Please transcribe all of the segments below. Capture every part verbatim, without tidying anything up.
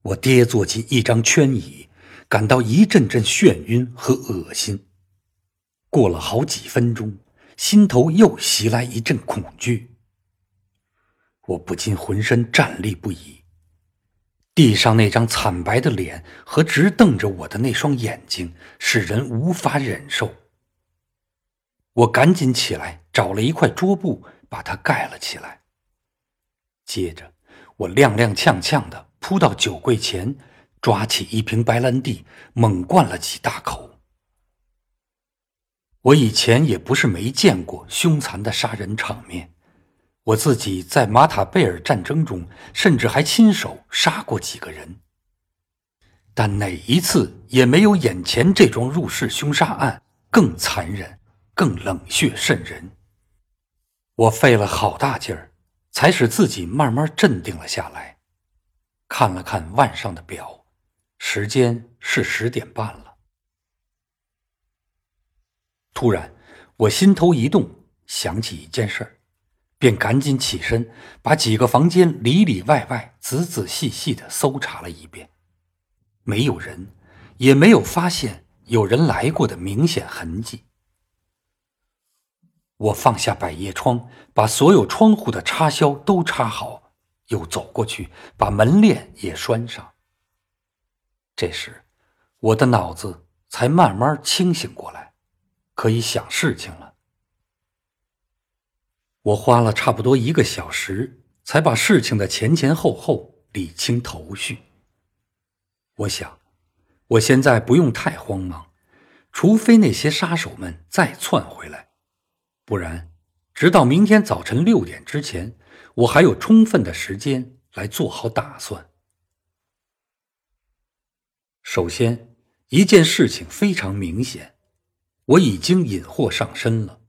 我跌坐进一张圈椅，感到一阵阵眩晕和恶心。过了好几分钟，心头又袭来一阵恐惧。我不禁浑身战栗不已，地上那张惨白的脸和直瞪着我的那双眼睛使人无法忍受。我赶紧起来找了一块桌布把它盖了起来，接着我踉踉跄跄地扑到酒柜前，抓起一瓶白兰地猛灌了几大口。我以前也不是没见过凶残的杀人场面，我自己在马塔贝尔战争中甚至还亲手杀过几个人，但哪一次也没有眼前这桩入室凶杀案更残忍，更冷血渗人。我费了好大劲儿，才使自己慢慢镇定了下来。看了看腕上的表，时间是十点半了。突然，我心头一动，想起一件事儿，便赶紧起身，把几个房间里里外外仔仔细细地搜查了一遍。没有人，也没有发现有人来过的明显痕迹。我放下百叶窗，把所有窗户的插销都插好，又走过去把门链也拴上。这时我的脑子才慢慢清醒过来，可以想事情了。我花了差不多一个小时才把事情的前前后后理清头绪。我想我现在不用太慌忙，除非那些杀手们再窜回来，不然直到明天早晨六点之前，我还有充分的时间来做好打算。首先，一件事情非常明显，我已经引祸上身了。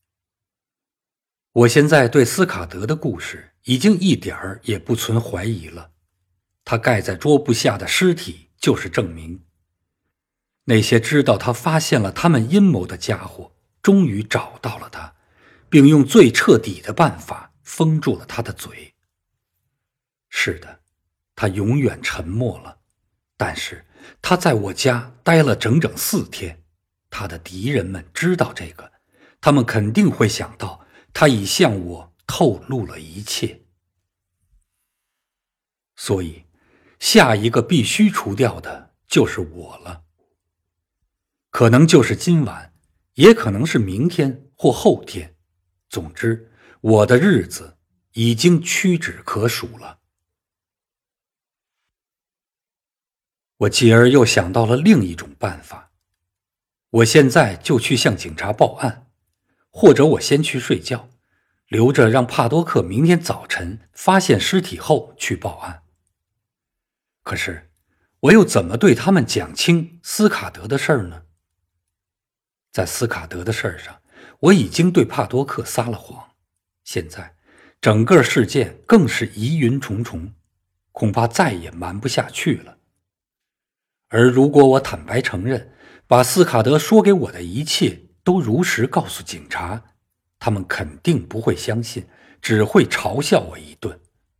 我现在对斯卡德的故事已经一点儿也不存怀疑了，他盖在桌布下的尸体就是证明。那些知道他发现了他们阴谋的家伙终于找到了他，并用最彻底的办法封住了他的嘴。是的，他永远沉默了，但是他在我家待了整整四天，他的敌人们知道这个，他们肯定会想到他已向我透露了一切。所以下一个必须除掉的就是我了。可能就是今晚，也可能是明天或后天，总之我的日子已经屈指可数了。我继而又想到了另一种办法，我现在就去向警察报案，或者我先去睡觉，留着让帕多克明天早晨发现尸体后去报案。可是我又怎么对他们讲清斯卡德的事儿呢？在斯卡德的事儿上，我已经对帕多克撒了谎，现在整个事件更是疑云重重，恐怕再也瞒不下去了。而如果我坦白承认，把斯卡德说给我的一切都如实告诉警察，他们肯定不会相信，只会嘲笑我一顿。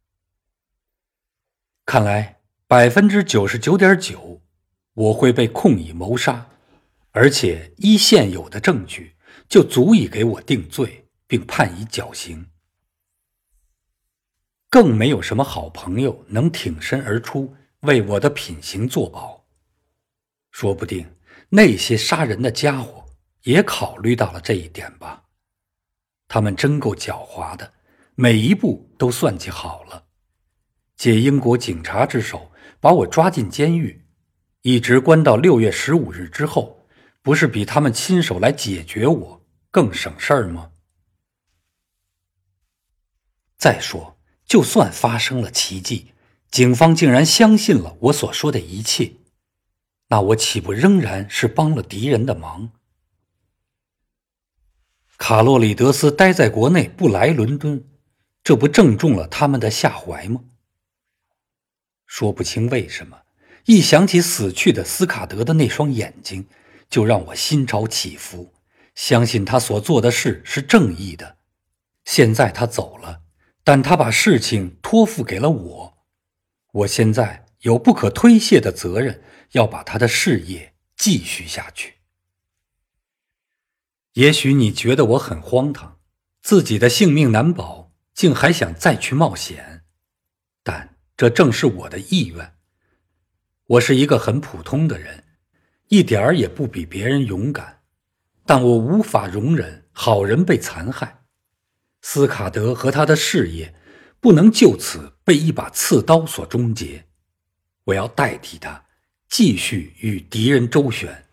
看来百分之九十九点九，我会被控以谋杀，而且依现有的证据就足以给我定罪并判以绞刑。更没有什么好朋友能挺身而出为我的品行作保。说不定那些杀人的家伙也考虑到了这一点吧。他们真够狡猾的，每一步都算计好了。借英国警察之手把我抓进监狱，一直关到六月十五日之后，不是比他们亲手来解决我更省事儿吗？再说，就算发生了奇迹，警方竟然相信了我所说的一切，那我岂不仍然是帮了敌人的忙？卡洛里德斯待在国内不来伦敦，这不正中了他们的下怀吗？说不清为什么，一想起死去的斯卡德的那双眼睛，就让我心潮起伏，相信他所做的事是正义的。现在他走了，但他把事情托付给了我，我现在有不可推卸的责任，要把他的事业继续下去。也许你觉得我很荒唐，自己的性命难保，竟还想再去冒险，但这正是我的意愿。我是一个很普通的人，一点儿也不比别人勇敢，但我无法容忍好人被残害。斯卡德和他的事业不能就此被一把刺刀所终结，我要代替他，继续与敌人周旋。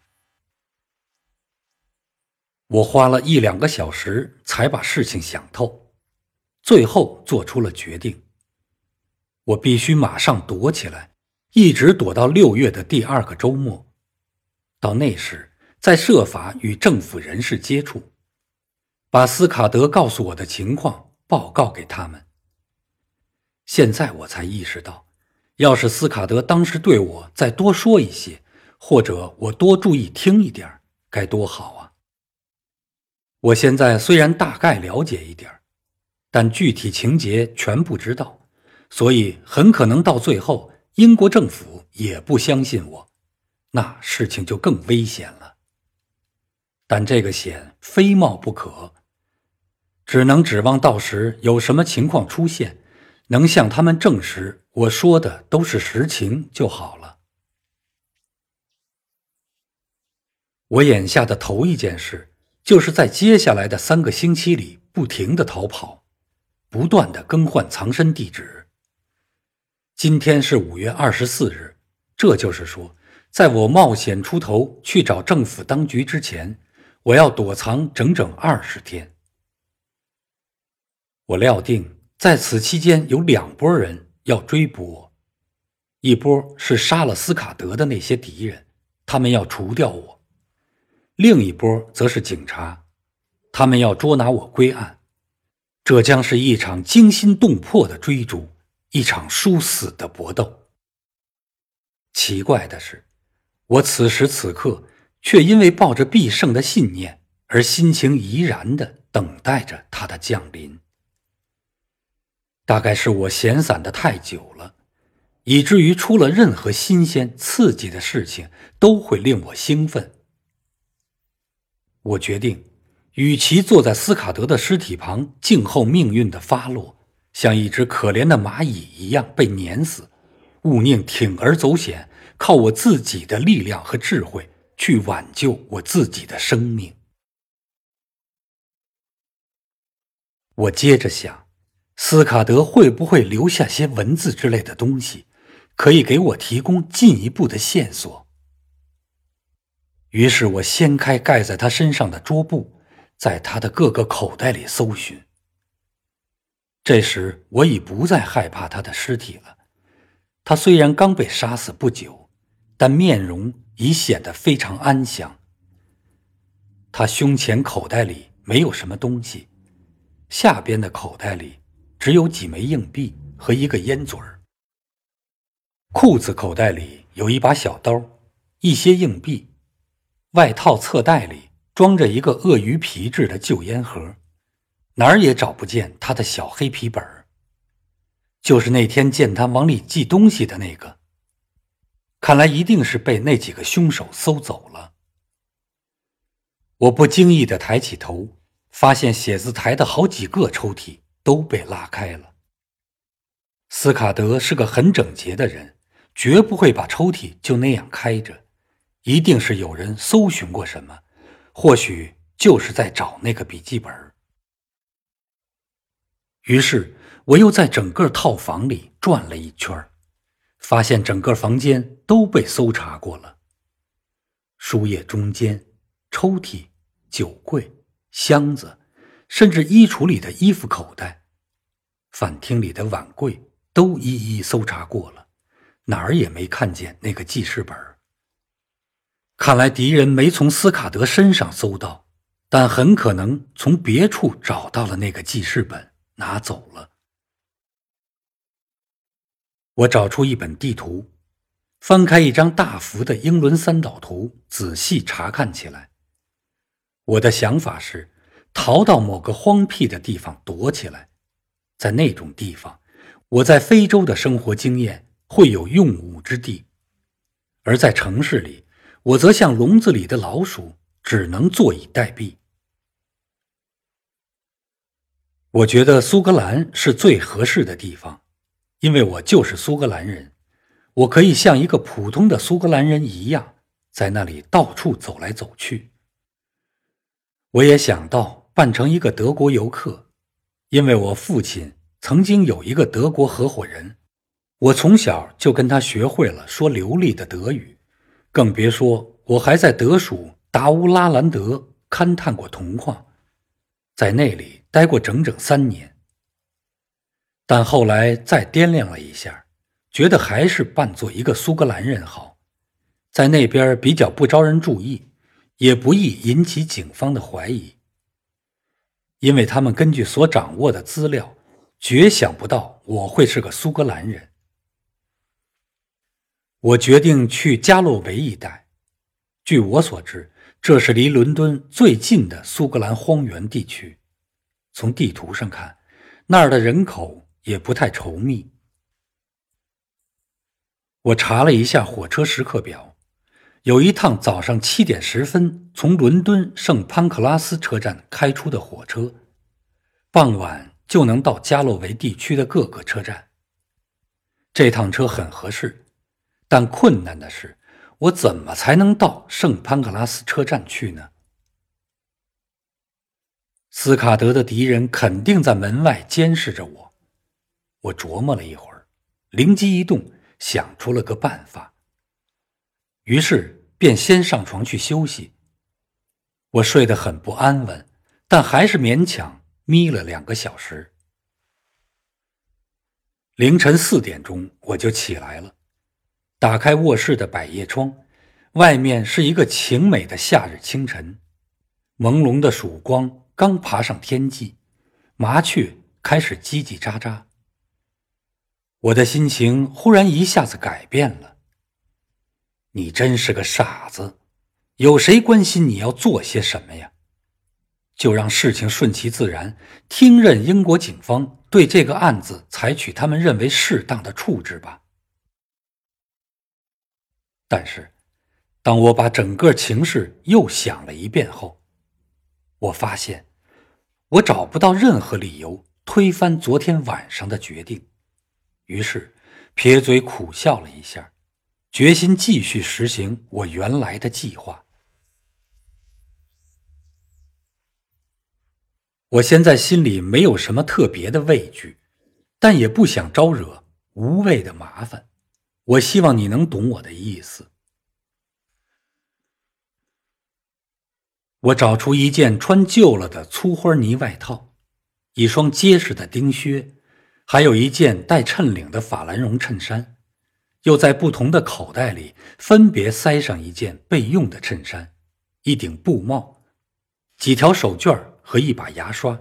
我花了一两个小时才把事情想透，最后做出了决定。我必须马上躲起来，一直躲到六月的第二个周末。到那时，再设法与政府人士接触，把斯卡德告诉我的情况报告给他们。现在我才意识到，要是斯卡德当时对我再多说一些，或者我多注意听一点，该多好啊！我现在虽然大概了解一点，但具体情节全不知道，所以很可能到最后英国政府也不相信我，那事情就更危险了。但这个险非冒不可，只能指望到时有什么情况出现，能向他们证实我说的都是实情就好了。我眼下的头一件事，就是在接下来的三个星期里不停地逃跑，不断地更换藏身地址。今天是五月二十四日，这就是说，在我冒险出头去找政府当局之前，我要躲藏整整二十天。我料定在此期间有两拨人要追捕我，一波是杀了斯卡德的那些敌人，他们要除掉我；另一波则是警察，他们要捉拿我归案。这将是一场惊心动魄的追逐，一场殊死的搏斗。奇怪的是，我此时此刻却因为抱着必胜的信念而心情怡然地等待着他的降临。大概是我闲散得太久了，以至于出了任何新鲜刺激的事情都会令我兴奋。我决定，与其坐在斯卡德的尸体旁静候命运的发落，像一只可怜的蚂蚁一样被碾死，勿宁铤而走险，靠我自己的力量和智慧去挽救我自己的生命。我接着想，斯卡德会不会留下些文字之类的东西，可以给我提供进一步的线索。于是我掀开盖在他身上的桌布，在他的各个口袋里搜寻。这时我已不再害怕他的尸体了，他虽然刚被杀死不久，但面容已显得非常安详。他胸前口袋里没有什么东西，下边的口袋里只有几枚硬币和一个烟嘴儿。裤子口袋里有一把小刀，一些硬币，外套侧袋里装着一个鳄鱼皮质的旧烟盒，哪儿也找不见他的小黑皮本，就是那天见他往里寄东西的那个，看来一定是被那几个凶手搜走了。我不经意地抬起头，发现写字台的好几个抽屉都被拉开了。斯卡德是个很整洁的人，绝不会把抽屉就那样开着，一定是有人搜寻过什么，或许就是在找那个笔记本。于是我又在整个套房里转了一圈，发现整个房间都被搜查过了。书页中间、抽屉、酒柜、箱子，甚至衣橱里的衣服口袋，饭厅里的碗柜都一一搜查过了，哪儿也没看见那个记事本。看来敌人没从斯卡德身上搜到，但很可能从别处找到了那个记事本，拿走了。我找出一本地图，翻开一张大幅的英伦三岛图，仔细查看起来。我的想法是逃到某个荒僻的地方躲起来，在那种地方，我在非洲的生活经验会有用武之地，而在城市里，我则像笼子里的老鼠，只能坐以待毙。我觉得苏格兰是最合适的地方，因为我就是苏格兰人，我可以像一个普通的苏格兰人一样，在那里到处走来走去。我也想到扮成一个德国游客，因为我父亲曾经有一个德国合伙人，我从小就跟他学会了说流利的德语，更别说我还在德属达乌拉兰德勘探过铜矿，在那里待过整整三年。但后来再掂量了一下，觉得还是扮作一个苏格兰人好，在那边比较不招人注意，也不易引起警方的怀疑，因为他们根据所掌握的资料，绝想不到我会是个苏格兰人。我决定去加洛维一带，据我所知，这是离伦敦最近的苏格兰荒原地区。从地图上看，那儿的人口也不太稠密。我查了一下火车时刻表，有一趟早上七点十分从伦敦圣潘克拉斯车站开出的火车，傍晚就能到加洛维地区的各个车站。这趟车很合适，但困难的是，我怎么才能到圣潘克拉斯车站去呢？斯卡德的敌人肯定在门外监视着我。我琢磨了一会儿，灵机一动，想出了个办法。于是便先上床去休息。我睡得很不安稳，但还是勉强眯了两个小时。凌晨四点钟我就起来了，打开卧室的百叶窗，外面是一个晴美的夏日清晨，朦胧的曙光刚爬上天际，麻雀开始叽叽喳喳。我的心情忽然一下子改变了。你真是个傻子，有谁关心你要做些什么呀？就让事情顺其自然，听任英国警方对这个案子采取他们认为适当的处置吧。但是，当我把整个情势又想了一遍后，我发现我找不到任何理由推翻昨天晚上的决定，于是撇嘴苦笑了一下，决心继续实行我原来的计划。我现在心里没有什么特别的畏惧，但也不想招惹无谓的麻烦。我希望你能懂我的意思。我找出一件穿旧了的粗花呢外套，一双结实的钉靴，还有一件带衬领的法兰绒衬衫，又在不同的口袋里分别塞上一件备用的衬衫，一顶布帽，几条手绢和一把牙刷。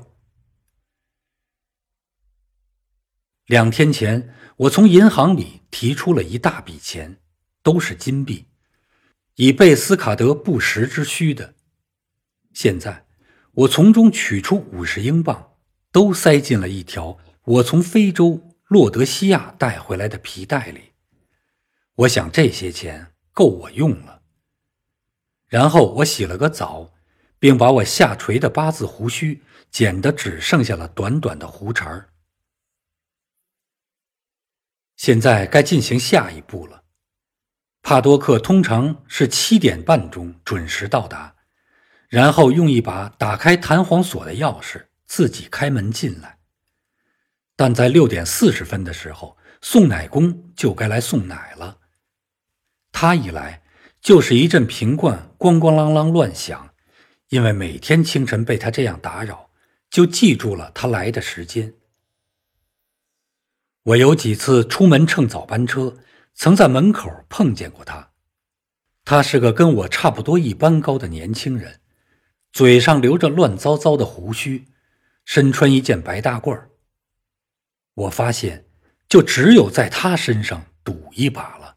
两天前，我从银行里提出了一大笔钱，都是金币，以备斯卡德不时之需的。现在，我从中取出五十英镑，都塞进了一条我从非洲洛德西亚带回来的皮带里。我想这些钱够我用了。然后我洗了个澡，并把我下垂的八字胡须剪得只剩下了短短的胡茬。现在该进行下一步了。帕多克通常是七点半钟准时到达，然后用一把打开弹簧锁的钥匙自己开门进来。但在六点四十分的时候，送奶工就该来送奶了。他一来就是一阵瓶罐咣咣啷啷乱响，因为每天清晨被他这样打扰，就记住了他来的时间。我有几次出门乘早班车，曾在门口碰见过他。他是个跟我差不多一般高的年轻人，嘴上留着乱糟糟的胡须，身穿一件白大褂。我发现就只有在他身上赌一把了。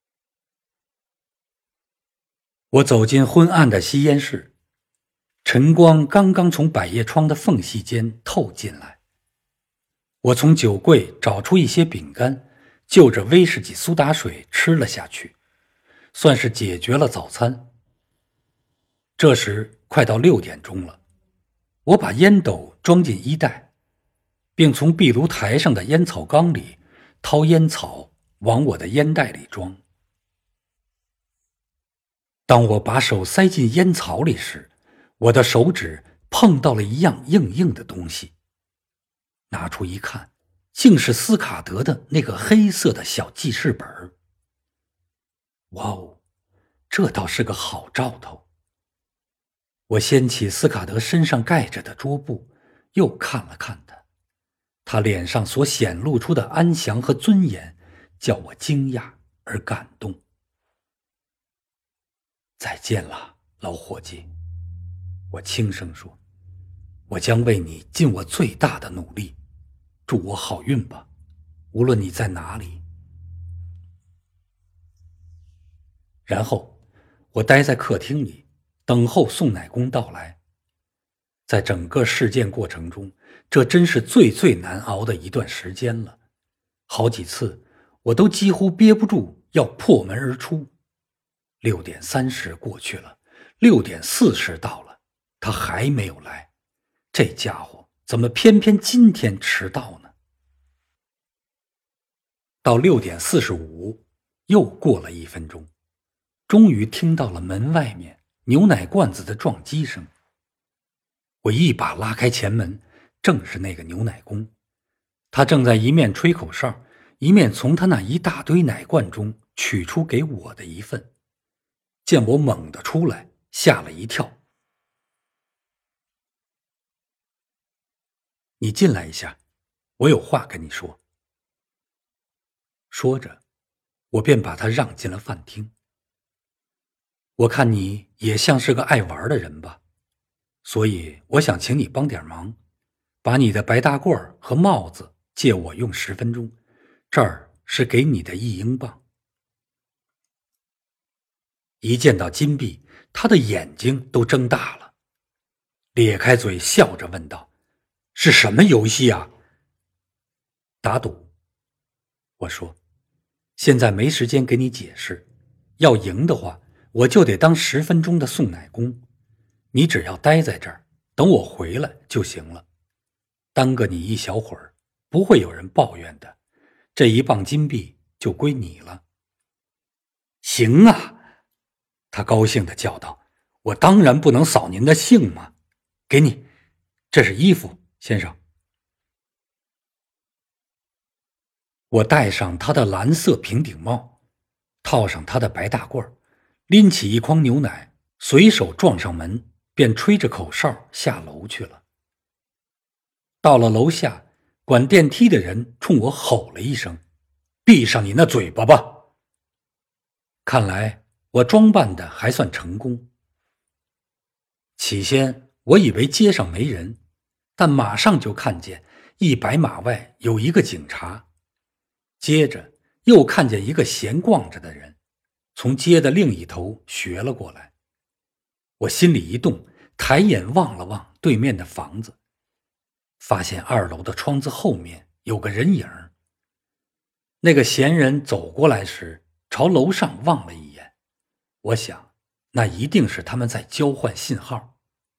我走进昏暗的吸烟室，晨光刚刚从百叶窗的缝隙间透进来。我从酒柜找出一些饼干， 就着威士忌苏打水吃了下去，算是解决了早餐。这时快到六点钟了，我把烟斗装进衣袋，并从壁炉台上的烟草缸里掏烟草往我的烟袋里装。当我把手塞进烟草里时，我的手指碰到了一样硬硬的东西，拿出一看，竟是斯卡德的那个黑色的小记事本。哇哦，这倒是个好兆头。我掀起斯卡德身上盖着的桌布，又看了看他，他脸上所显露出的安详和尊严，叫我惊讶而感动。再见了，老伙计，我轻声说，我将为你尽我最大的努力，祝我好运吧，无论你在哪里。然后我待在客厅里，等候宋乃公到来。在整个事件过程中，这真是最最难熬的一段时间了。好几次我都几乎憋不住要破门而出。六点三十过去了，六点四十到了，他还没有来。这家伙怎么偏偏今天迟到呢？到六点四十五，又过了一分钟，终于听到了门外面牛奶罐子的撞击声。我一把拉开前门，正是那个牛奶工。他正在一面吹口哨，一面从他那一大堆奶罐中取出给我的一份。见我猛地出来，吓了一跳。你进来一下，我有话跟你说。说着，我便把他让进了饭厅。我看你也像是个爱玩的人吧，所以我想请你帮点忙，把你的白大褂和帽子借我用十分钟，这儿是给你的一英镑。一见到金币，他的眼睛都睁大了，咧开嘴笑着问道，是什么游戏啊？打赌。我说，现在没时间给你解释，要赢的话，我就得当十分钟的送奶工，你只要待在这儿，等我回来就行了。耽搁你一小会儿，不会有人抱怨的，这一磅金币就归你了。行啊，他高兴地叫道，我当然不能扫您的兴嘛，给你，这是衣服，先生。我戴上他的蓝色平顶帽，套上他的白大褂，拎起一筐牛奶，随手撞上门，便吹着口哨下楼去了。到了楼下，管电梯的人冲我吼了一声，闭上你那嘴巴吧。看来我装扮的还算成功。起先我以为街上没人，但马上就看见一百码外有一个警察，接着又看见一个闲逛着的人从街的另一头学了过来。我心里一动，抬眼望了望对面的房子，发现二楼的窗子后面有个人影。那个闲人走过来时朝楼上望了一眼，我想那一定是他们在交换信号。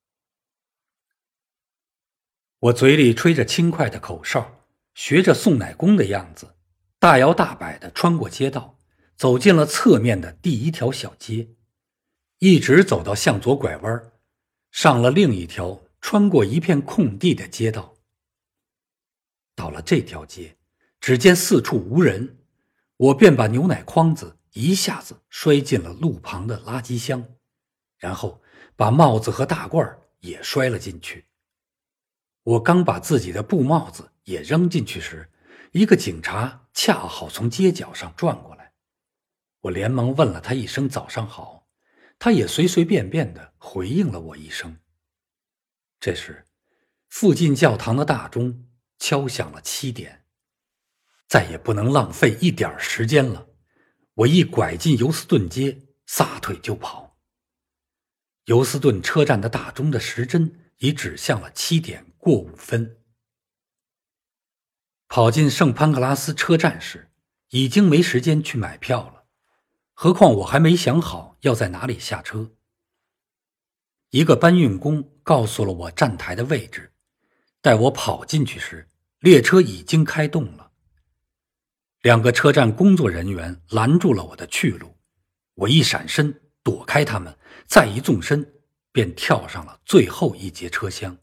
我嘴里吹着轻快的口哨，学着送奶工的样子，大摇大摆地穿过街道，走进了侧面的第一条小街，一直走到向左拐弯，上了另一条穿过一片空地的街道。到了这条街，只见四处无人，我便把牛奶筐子一下子摔进了路旁的垃圾箱，然后把帽子和大褂也摔了进去。我刚把自己的布帽子也扔进去时，一个警察恰好从街角上转过来，我连忙问了他一声早上好，他也随随便便地回应了我一声。这时附近教堂的大钟敲响了七点，再也不能浪费一点时间了。我一拐进尤斯顿街，撒腿就跑。尤斯顿车站的大钟的时针已指向了七点过五分。跑进圣潘克拉斯车站时， 已经没时间去买票了，何况我还没想好要在哪里下车。一个搬运工告诉了我站台的位置，待我跑进去时，列车已经开动了。两个车站工作人员拦住了我的去路，我一闪身躲开他们，再一纵身便跳上了最后一节车厢。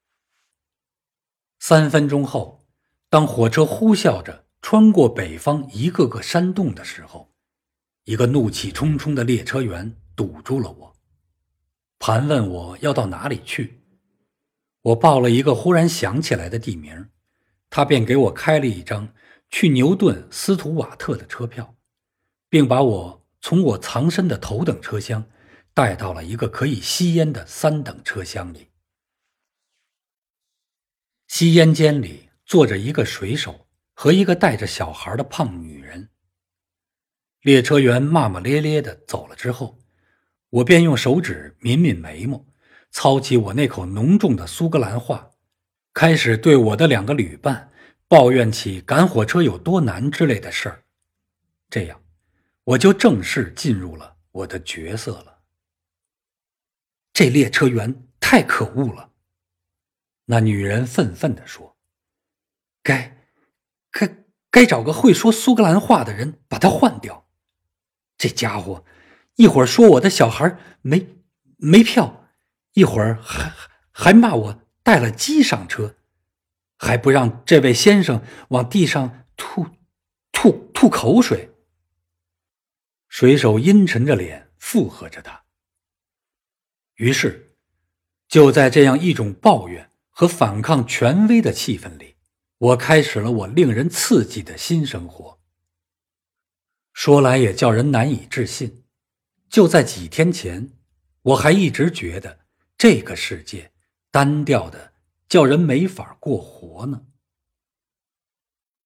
三分钟后，当火车呼啸着穿过北方一个个山洞的时候，一个怒气冲冲的列车员堵住了我，盘问我要到哪里去。我报了一个忽然想起来的地名，他便给我开了一张去牛顿斯图瓦特的车票，并把我从我藏身的头等车厢带到了一个可以吸烟的三等车厢里。吸烟间里坐着一个水手和一个带着小孩的胖女人。列车员骂骂咧咧地走了之后，我便用手指抿抿眉毛，操起我那口浓重的苏格兰话，开始对我的两个旅伴抱怨起赶火车有多难之类的事儿。这样，我就正式进入了我的角色了。这列车员太可恶了，那女人愤愤地说，该该该找个会说苏格兰话的人把他换掉。这家伙一会儿说我的小孩没没票，一会儿还还骂我带了鸡上车，还不让这位先生往地上吐吐吐口水。水手阴沉着脸附和着他。于是，就在这样一种抱怨和反抗权威的气氛里，我开始了我令人刺激的新生活。说来也叫人难以置信，就在几天前，我还一直觉得这个世界单调的叫人没法过活呢。